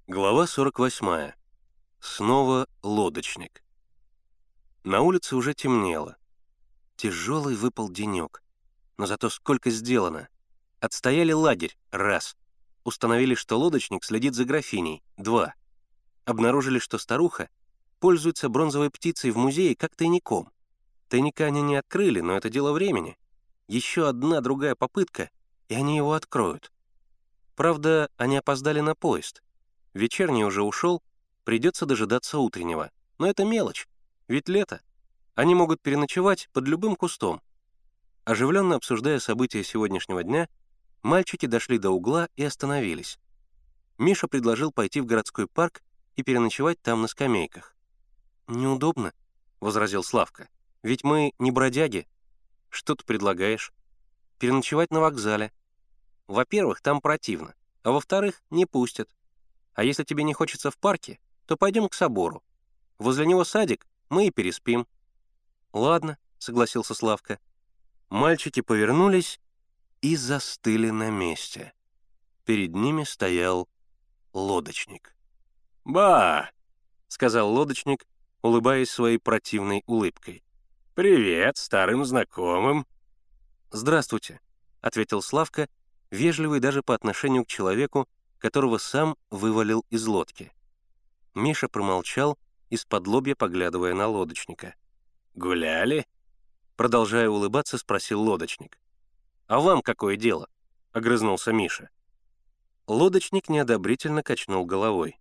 Глава 48. Снова лодочник. На улице уже темнело. Тяжелый выпал денек. Но зато сколько сделано. Отстояли лагерь — раз. Установили, что лодочник следит за графиней — два. Обнаружили, что старуха пользуется бронзовой птицей в музее как тайником. Тайника они не открыли, но это дело времени. Еще одна другая попытка, и они его откроют. Правда, они опоздали на поезд. Вечерний уже ушел, придется дожидаться утреннего. Но это мелочь, ведь лето. Они могут переночевать под любым кустом. Оживленно обсуждая события сегодняшнего дня, мальчики дошли до угла и остановились. Миша предложил пойти в городской парк и переночевать там на скамейках. «Неудобно», — возразил Славка, — «ведь мы не бродяги». «Что ты предлагаешь?» «Переночевать на вокзале. Во-первых, там противно, а во-вторых, не пустят. А если тебе не хочется в парке, то пойдем к собору. Возле него садик, мы и переспим». «Ладно», — согласился Славка. Мальчики повернулись и застыли на месте. Перед ними стоял лодочник. «Ба!» — сказал лодочник, улыбаясь своей противной улыбкой. «Привет старым знакомым!» «Здравствуйте», — ответил Славка, вежливый даже по отношению к человеку, которого сам вывалил из лодки. Миша промолчал, исподлобья поглядывая на лодочника. «Гуляли?» Продолжая улыбаться, спросил лодочник. «А вам какое дело?» — огрызнулся Миша. Лодочник неодобрительно качнул головой.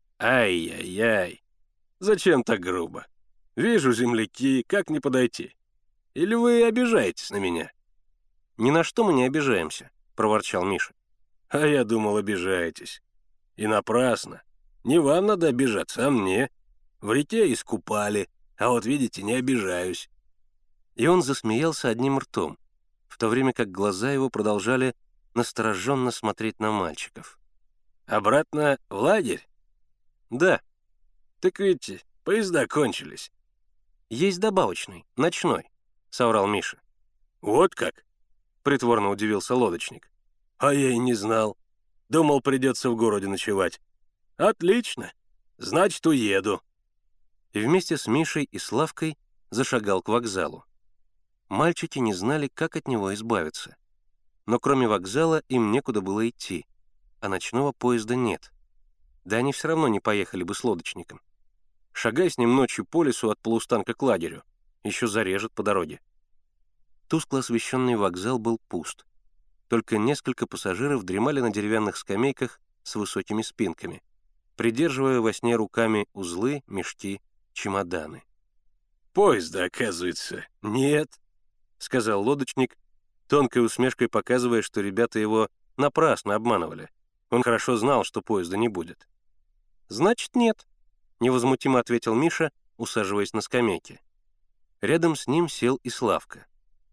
«Ай-яй-яй! Зачем так грубо? Вижу земляки, как не подойти? Или вы обижаетесь на меня?» «Ни на что мы не обижаемся», — проворчал Миша. «А я думал, обижаетесь. И напрасно. Не вам надо обижаться, а мне. В реке искупали, а вот, видите, не обижаюсь». И он засмеялся одним ртом, в то время как глаза его продолжали настороженно смотреть на мальчиков. «Обратно в лагерь?» «Да». «Так ведь поезда кончились». «Есть добавочный, ночной», — соврал Миша. «Вот как?» — притворно удивился лодочник. «А я и не знал. Думал, придется в городе ночевать. Отлично. Значит, уеду». И вместе с Мишей и Славкой зашагал к вокзалу. Мальчики не знали, как от него избавиться. Но кроме вокзала им некуда было идти, а ночного поезда нет. Да они все равно не поехали бы с лодочником. Шагай с ним ночью по лесу от полустанка к лагерю, еще зарежет по дороге. Тускло освещенный вокзал был пуст. Только несколько пассажиров дремали на деревянных скамейках с высокими спинками, придерживая во сне руками узлы, мешки, чемоданы. «Поезда, оказывается, нет», — сказал лодочник, тонкой усмешкой показывая, что ребята его напрасно обманывали. Он хорошо знал, что поезда не будет. «Значит, нет», — невозмутимо ответил Миша, усаживаясь на скамейке. Рядом с ним сел и Славка.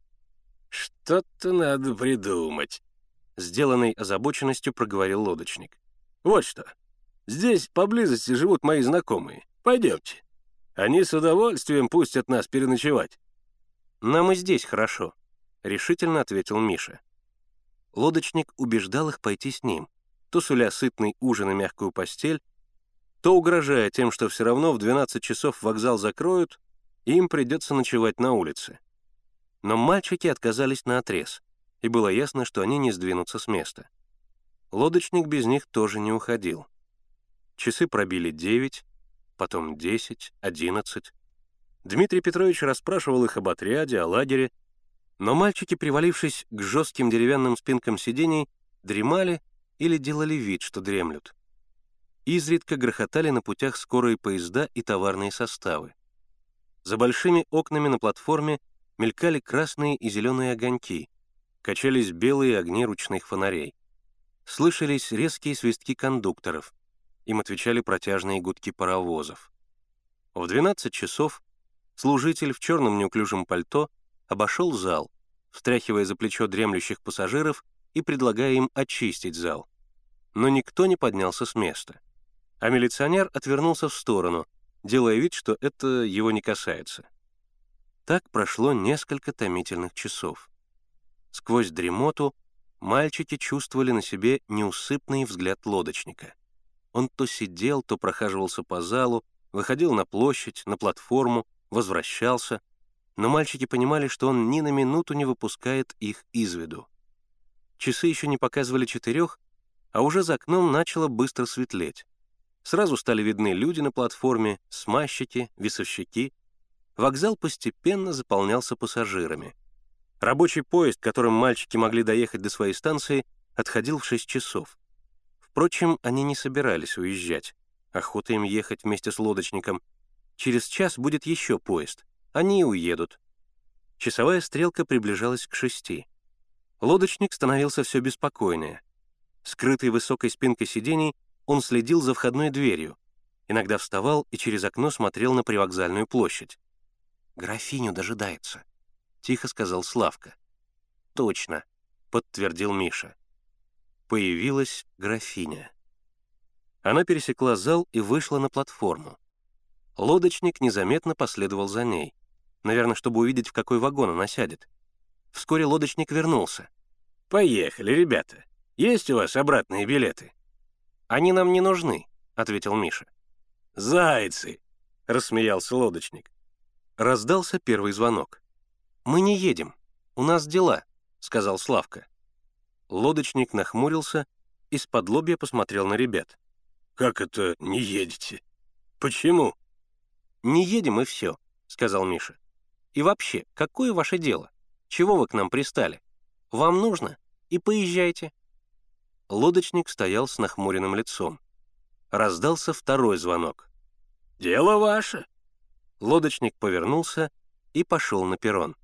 «Что-то надо придумать», — Сделанной озабоченностью проговорил лодочник. «Вот что. Здесь поблизости живут мои знакомые. Пойдемте. Они с удовольствием пустят нас переночевать». «Нам и здесь хорошо», — решительно ответил Миша. Лодочник убеждал их пойти с ним, то суля сытный ужин и мягкую постель, то угрожая тем, что все равно в 12 часов вокзал закроют, и им придется ночевать на улице. Но мальчики отказались наотрез, и было ясно, что они не сдвинутся с места. Лодочник без них тоже не уходил. Часы пробили 9, потом 10, 11. Дмитрий Петрович расспрашивал их об отряде, о лагере, но мальчики, привалившись к жестким деревянным спинкам сидений, дремали или делали вид, что дремлют. Изредка грохотали на путях скорые поезда и товарные составы. За большими окнами на платформе мелькали красные и зеленые огоньки, качались белые огни ручных фонарей. Слышались резкие свистки кондукторов, им отвечали протяжные гудки паровозов. В 12 часов служитель в черном неуклюжем пальто обошел зал, встряхивая за плечо дремлющих пассажиров и предлагая им очистить зал. Но никто не поднялся с места. А милиционер отвернулся в сторону, делая вид, что это его не касается. Так прошло несколько томительных часов. Сквозь дремоту мальчики чувствовали на себе неусыпный взгляд лодочника. Он то сидел, то прохаживался по залу, выходил на площадь, на платформу, возвращался, но мальчики понимали, что он ни на минуту не выпускает их из виду. Часы еще не показывали 4, а уже за окном начало быстро светлеть. Сразу стали видны люди на платформе, смазчики, весовщики. Вокзал постепенно заполнялся пассажирами. Рабочий поезд, которым мальчики могли доехать до своей станции, отходил в 6 часов. Впрочем, они не собирались уезжать. Охота им ехать вместе с лодочником. Через час будет еще поезд. Они и уедут. Часовая стрелка приближалась к 6. Лодочник становился все беспокойнее. Скрытый высокой спинкой сидений, он следил за входной дверью. Иногда вставал и через окно смотрел на привокзальную площадь. «Графиню дожидается», — тихо сказал Славка. «Точно», — подтвердил Миша. Появилась графиня. Она пересекла зал и вышла на платформу. Лодочник незаметно последовал за ней, наверное, чтобы увидеть, в какой вагон она сядет. Вскоре лодочник вернулся. «Поехали, ребята. Есть у вас обратные билеты?» «Они нам не нужны», — ответил Миша. «Зайцы!» — рассмеялся лодочник. Раздался первый звонок. «Мы не едем. У нас дела», — сказал Славка. Лодочник нахмурился, исподлобья посмотрел на ребят. «Как это не едете? Почему?» «Не едем, и все», — сказал Миша. «И вообще, какое ваше дело? Чего вы к нам пристали? Вам нужно? И поезжайте». Лодочник стоял с нахмуренным лицом. Раздался второй звонок. «Дело ваше». Лодочник повернулся и пошел на перрон.